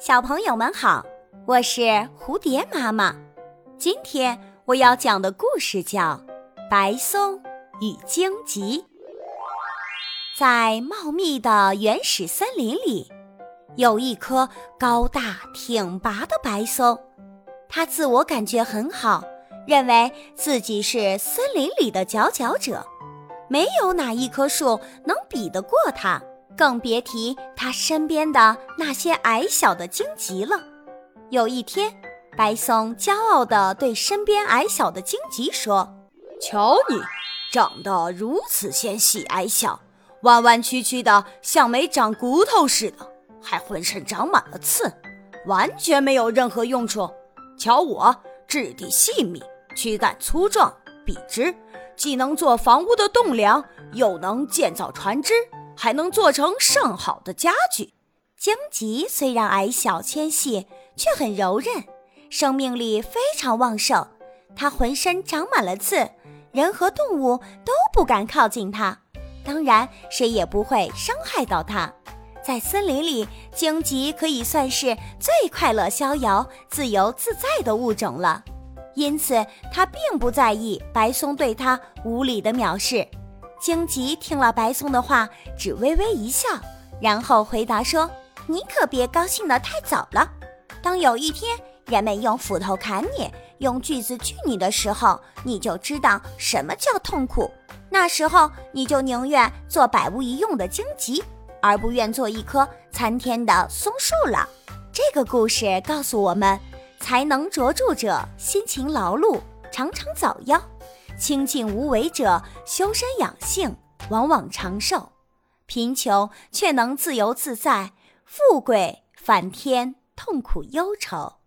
小朋友们好，我是蝴蝶妈妈。今天我要讲的故事叫《白松与荆棘》。在茂密的原始森林里，有一棵高大挺拔的白松，它自我感觉很好，认为自己是森林里的佼佼者，没有哪一棵树能比得过它，更别提它身边的那些矮小的荆棘了。有一天，白松骄傲地对身边矮小的荆棘说： 瞧你，长得如此纤细矮小，弯弯曲曲的像没长骨头似的，还浑身长满了刺，完全没有任何用处。瞧我，质地细密，躯干粗壮，笔直，既能做房屋的栋梁，又能建造船只，还能做成上好的家具。 荆棘虽然矮小纤细，却很柔韧，生命力非常旺盛。它浑身长满了刺，人和动物都不敢靠近它，当然谁也不会伤害到它。在森林里，荆棘可以算是最快乐逍遥、自由自在的物种了。因此它并不在意白松对它无理的藐视。荆棘听了白松的话，只微微一笑，然后回答说：你可别高兴得太早了。当有一天人们用斧头砍你，用锯子锯你的时候，你就知道什么叫痛苦。那时候你就宁愿做百无一用的荆棘，而不愿做一棵参天的松树了。这个故事告诉我们，才能卓著者辛勤劳碌，常常早夭；清静无为者修身养性，往往长寿。贫穷却能自由自在，富贵反添痛苦忧愁。